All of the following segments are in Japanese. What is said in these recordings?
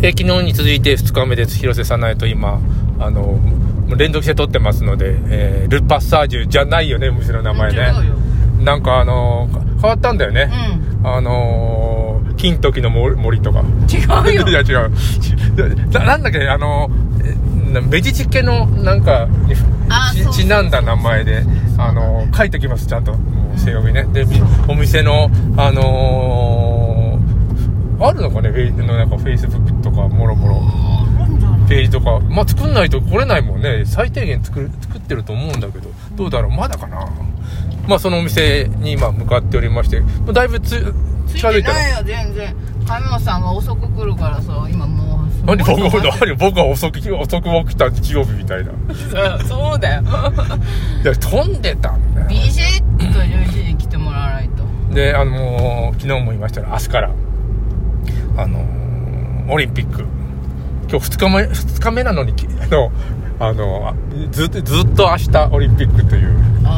昨日に続いて2日目です。広瀬さないと今連続して撮ってますので、ルパッサージュじゃないよね、むしろ名前ね。なんか変わったんだよね、金時の森とか。 違うよ。 いや違うなんだっけ、ベジチ系のなんかにちなんだ名前で書いてきます、ちゃんと背読みね。でお店のあるのかね、なんかフェイスブックとかもろもろページとか、まあ作んないと来れないもんね。最低限作ってると思うんだけど、どうだろう、まだかな。まあそのお店に今向かっておりまして、だいぶ近づいてないよ全然。上野さんが遅く来るからさ、今もう僕は遅く起きた日曜日みたいな。 そうだよ。 いや飛んでたんだよ。 ビシッと11時に来てもらわないと。で昨日も言いましたら、明日からオリンピック、今日2日目なのにずっと明日オリンピックという。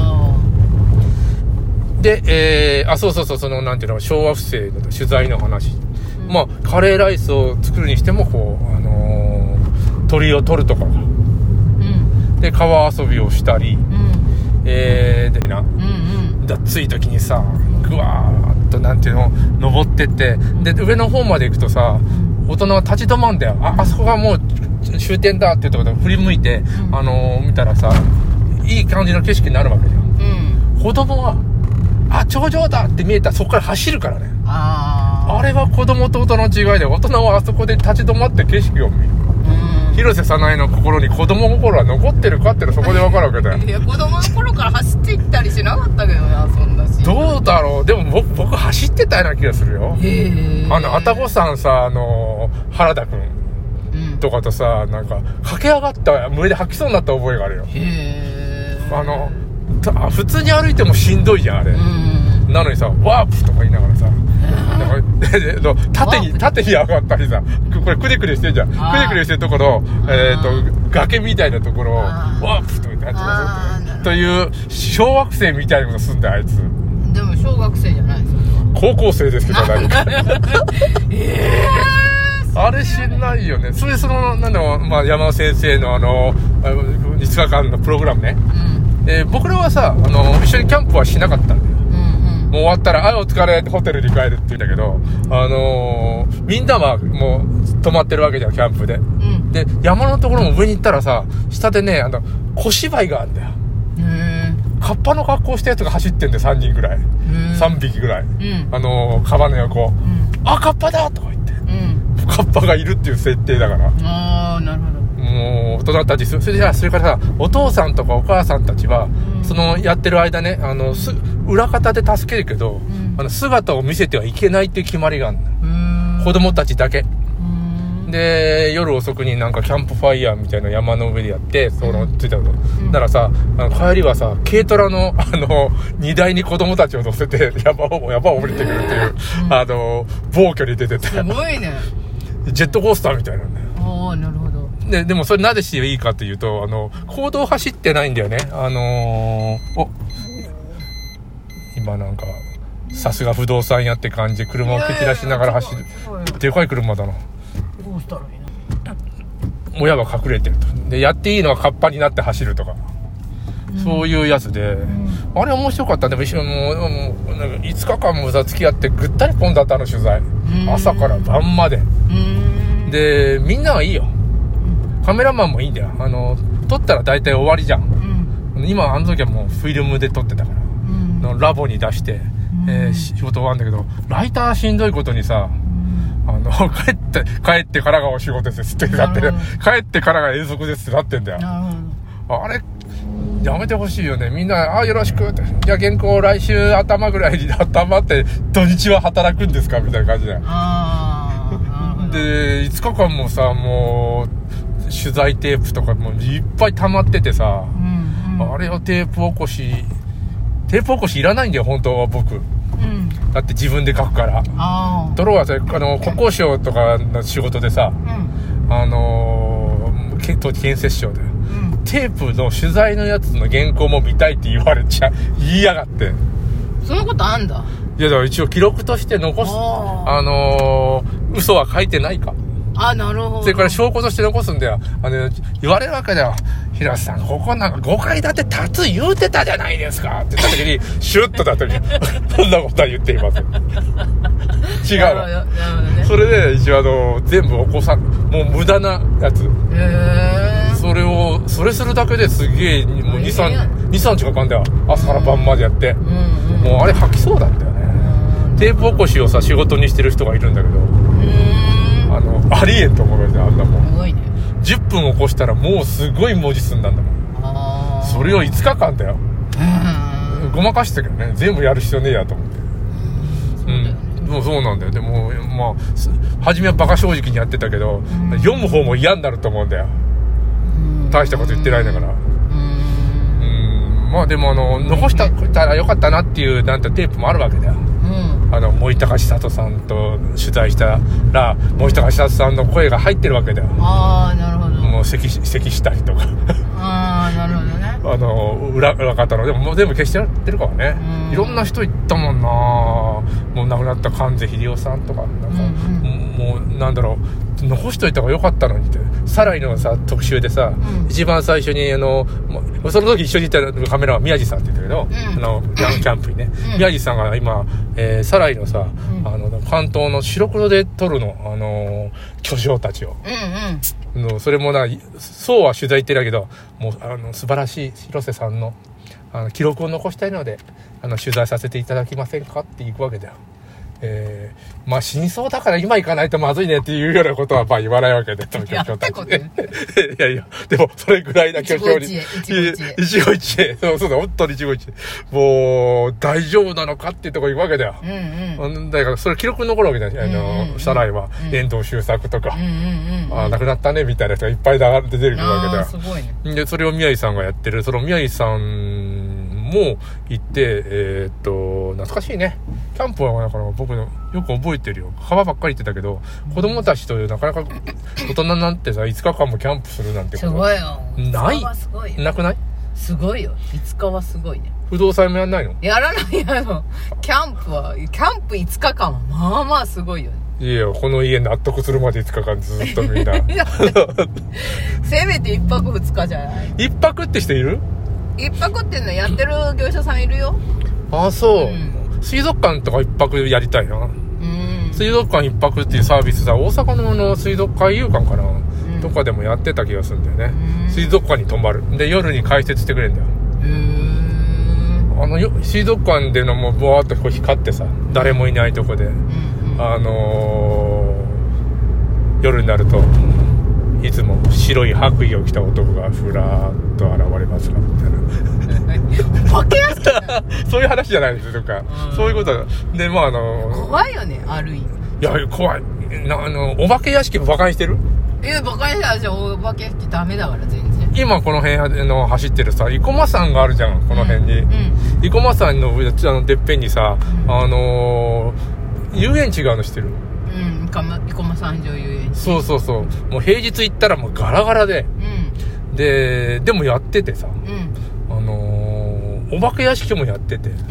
で、そうなんていうの、小学生の取材の話、まあカレーライスを作るにしてもこう鳥を取るとか、で川遊びをしたり、で暑い時にさ、ぐわーっとなんていうの登ってって、で上の方まで行くとさ、大人は立ち止まんだよ。あそこがもう終点だっていうところで振り向いて、見たらさ、いい感じの景色になるわけじゃん。子供は頂上だって見えたらそこから走るからね。あれは子供と大人の違いで、大人はあそこで立ち止まって景色を見る。広瀬さないの心に子供心は残ってるかっていうのはそこで分かるわけだよ。 いや子供の頃から走っていったりしなかったけどな、そんなし。 どうだろう。でも僕走ってたような気がするよ。愛宕さんさ、原田くんとかとさ、なんか駆け上がった胸で吐きそうになった覚えがあるよ。普通に歩いてもしんどいじゃんあれ。なのにさ、ワープとか言いながらさ、縦に上がったりさ、これクリクリしてんじゃん。クリクリしてるところ、崖みたいなところをワープとかやってますという小学生みたいなことすんだよ、あいつ。 でも小学生じゃないですよ。 高校生ですけど何かあれ知んないよね。それなんだろう、まあ、山尾先生の5日間のプログラムね。僕らはさ、一緒にキャンプはしなかったんだよ。もう終わったら、お疲れってホテルに帰るって言うんだけど、みんなはもう泊まってるわけじゃん、キャンプで。で、山のところも上に行ったらさ、下でね、小芝居があるんだよ。カッパの格好したやつが走ってんだよ、3人ぐらい。3匹ぐらい。川の横。カッパだとか言って。カッパがいるっていう設定だから。 なるほど。 もう大人たち、それからさ、お父さんとかお母さんたちは、やってる間ね、裏方で助けるけど、姿を見せてはいけないっていう決まりがあるの。子供たちだけ。で、夜遅くになんかキャンプファイヤーみたいな山の上でやって、ついたの。だからさ、帰りはさ、軽トラの荷台に子供たちを乗せて山を降りてくるっていう、暴挙に出てて。 すごいね。 ジェットコースターみたいなんだよ。 なるほど。 でもそれなぜしていいかっていうと、公道走ってないんだよね。今なんか、さすが不動産屋って感じで車を蹴散らしながら走る。でかい車だな。 どうしたらいいの？親は隠れてると。で、やっていいのはカッパになって走るとか。そういうやつで、あれ面白かった。でも一緒にもう5日間もさ、付き合ってぐったり混んだった取材。朝から晩まで。で、みんなはいいよ。カメラマンもいいんだよ。撮ったら大体終わりじゃん。今あの時はもうフィルムで撮ってたから、ラボに出して、仕事終わるんだけど、ライターしんどいことにさ、帰ってからがお仕事ですってなってる。帰ってからが遠足ですってなってんだよ。あれやめてほしいよね。みんなよろしくって、じゃあ原稿来週頭ぐらいに頭って土日は働くんですかみたいな感じだよ。で5日間もさ、もう取材テープとかもいっぱい溜まっててさ、あれをテープ起こしいらないんだよ本当は僕。だって自分で書くから。ところがさ、国交省とかの仕事でさ、建設省で、テープの取材のやつの原稿も見たいって言いやがって。 そんなことあんだ。 いやだから一応記録として残す。嘘は書いてないか。 あ、なるほど。 それから証拠として残すんだよ。言われるわけだよ。平瀬さん、ここなんか5階建て建つ言うてたじゃないですかって言った時に、シュッとだった時に、そんなことは言っていません。違うわ。 なるほどね。 それで、一応全部起こさん、もう無駄なやつ。それするだけですげえ、もう2、3時かかんだよ。朝から晩までやって。もうあれ吐きそうだったよね。テープ起こしをさ、仕事にしてる人がいるんだけど、ありえんと思うよね、あんなもん。 すごいね。10 分起こしたらもうすごい文字済んだんだもん。それを5日間だよ。ごまかしたけどね、全部やる必要ねえやと思って。もうそうなんだよ。でも、まあ、初めはバカ正直にやってたけど、読む方も嫌になると思うんだよ。大したこと言ってないんだから。まあでも残したらよかったなっていうなんてテープもあるわけだよ。森高千里さんと取材したら、森高千里さんの声が入ってるわけだよ。 ああ、なるほど。 もう咳したりとか。 ああ、なるほどね。 裏方の、でももう全部消してやってるからね。いろんな人行ったもんな。もう亡くなった関瀬秀夫さんとか、なんか、もうなんだろう、残しといた方が良かったのにって。サライのさ、特集でさ、一番最初にその時一緒にいたカメラは宮地さんって言ったけど、キャンプにね、宮地さんが今、サライのさ、関東の白黒で撮るの、巨匠たちを。それもそうは取材行ってるけど、もう、素晴らしい広瀬さんの、記録を残したいので、取材させていただきませんかって行くわけだよ。まあ死にそうだから今行かないとまずいねっていうようなことはまあ言わないわけで、 東京たち。 いや、でもそれぐらいな巨匠に。一期一会。そうだ、本当に一期一会。もう、大丈夫なのかっていうところ行くわけだよ。だからそれ記録に残るわけだよ。サライは、遠藤周作とか、亡くなったねみたいな人がいっぱい出てくるわけだよ。 すごいね。 で、それを宮治さんがやってる、その宮治さんも行って、懐かしいね。キャンプはだから僕のよく覚えてるよ。川ばっかり行ってたけど、子供たちとなかなか大人になってさ、5日間もキャンプするなんてこと。 すごいよ。 ないなくない？ すごいよ。5日はすごいね。 不動産もやんないの？ やらないやろ。キャンプ5日間はまあまあすごいよね。 いや、この家納得するまで5日間ずっとみんな。 せめて1泊2日じゃない ？1泊って人いる ？1泊っていうのやってる業者さんいるよ。 あ、そう。水族館とか1泊やりたいな。水族館1泊っていうサービスさ、大阪の水族館遊館かな、とかでもやってた気がするんだよね。水族館に泊まる。で、夜に開設してくれるんだよ。水族館でのもうボワーっとこう光ってさ、誰もいないとこで、夜になるといつも白い白衣を着た男がふらーっと現れますかみたいな。 化け屋敷そういう話じゃないですとか、そういうことだ。で、まあ怖いよね、ある意味。 いや、怖い。お化け屋敷も馬鹿にしてる？ 馬鹿にしてる。お化け屋敷ダメだから全然。 今この辺走ってるさ、生駒山があるじゃん、この辺に。生駒山のてっぺんにさ、遊園地があるの知ってる？ 生駒山上遊園地。 そう。もう平日行ったらもうガラガラで。でもやっててさ、お化け屋敷もやってて。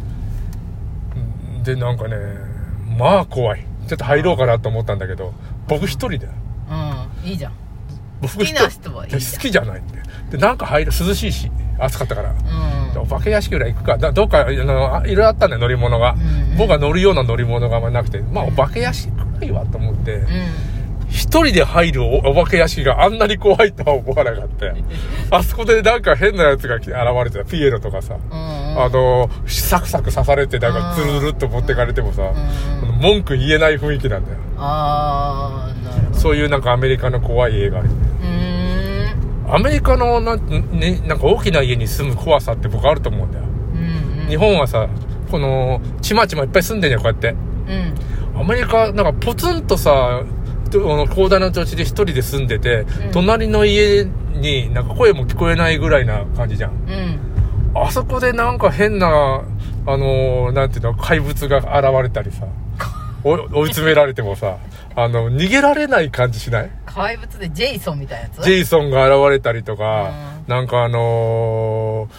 で、なんかね、まあ怖い。ちょっと入ろうかなと思ったんだけど、僕一人だよ。 いいじゃん。 好きな人はいいじゃん。 好きじゃないんで。で、なんか涼しいし、暑かったから。お化け屋敷ぐらい行くか。どっか、いろいろあったんだよ、乗り物が。僕が乗るような乗り物があんまなくて、まあ、お化け屋敷くらいわと思って、一人で入るお化け屋敷があんなに怖いとは思わなかった。あそこでなんか変なやつが現れてた。ピエロとかさ。サクサク刺されて、なんかズルズルっと持ってかれてもさ、文句言えない雰囲気なんだよ。 なるほど。 そういうなんかアメリカの怖い映画ある。アメリカのなんか大きな家に住む怖さって僕あると思うんだよ。日本はさ、このちまちまいっぱい住んでんじゃん、こうやって。アメリカなんかポツンとさ、広大な土地で一人で住んでて、隣の家になんか声も聞こえないぐらいな感じじゃん。あそこでなんか変ななんていうの、怪物が現れたりさ、追い詰められてもさ、逃げられない感じしない？ 怪物でジェイソンみたいなやつ？ ジェイソンが現れたりとか、なんか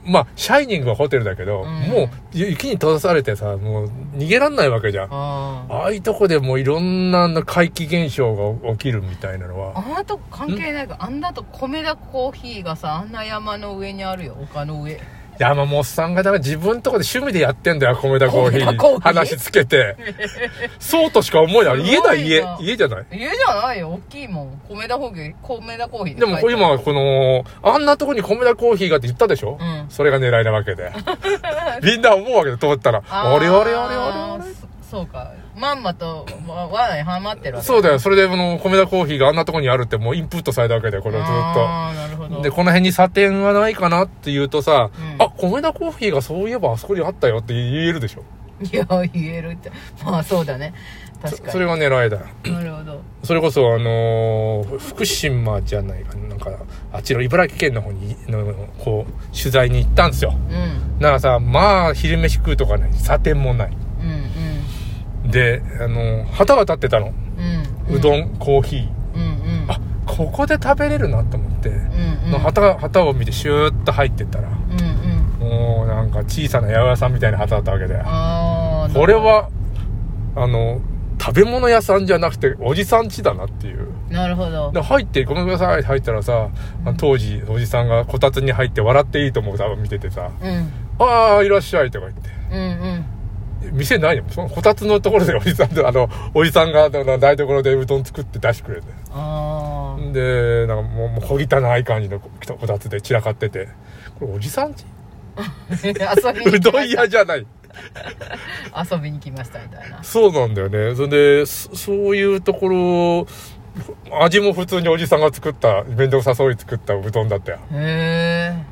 まあシャイニングはホテルだけど、もう雪に閉ざされてさ、もう逃げらんないわけじゃん。ああいうとこでもういろんな怪奇現象が起きるみたいなのは。 あんなとこ関係ないから、あんなと米田コーヒーがさ、あんな山の上にあるよ、丘の上。 山本さんがだから自分とこで趣味でやってんだよ、米田コーヒー。話つけて。そうとしか思えない。家だ、家じゃない。 家じゃないよ、大きいもん。米田コーヒー。 でも今、あんなとこに米田コーヒーがって言ったでしょ、それが狙いなわけで。みんな思うわけで、通ったら。あれ。 そうか。まんまと罠にはまってるわけ。 そうだよ。それで米田コーヒーがあんなとこにあるってもうインプットされたわけだよ、これをずっと。 なるほど。 で、この辺に査点はないかなって言うとさ、米田コーヒーがそういえばあそこにあったよって言えるでしょ。 いや、言えるって。まあそうだね。確かに。 それが狙いだよ。 なるほど。 それこそ福島じゃないかな、なんか、あっちの茨城県の方に、こう、取材に行ったんですよ。だからさ、まあ、昼飯食うとかね、査点もない。で、旗が立ってたの。うどん、コーヒー。あ、ここで食べれるなと思って、旗を見てシューッと入ってったら、もうなんか小さな八百屋さんみたいな旗だったわけで。これは、食べ物屋さんじゃなくて、おじさん家だなっていう。 なるほど。 で入って、ごめんなさい、入ったらさ、当時、おじさんがこたつに入って笑っていいと思う多分見ててさ、ああ、いらっしゃいとか言って。店ないよ。そのこたつのところでおじさんが台所でうどん作って出してくれるんだよ。で、なんかもう小汚い感じのこたつで散らかってて、これおじさん家うどん屋じゃない。 遊びに来ましたみたいな。 そうなんだよね。それで、そういうところ、味も普通におじさんが作った、面倒くさそうに作ったうどんだったよ。 へ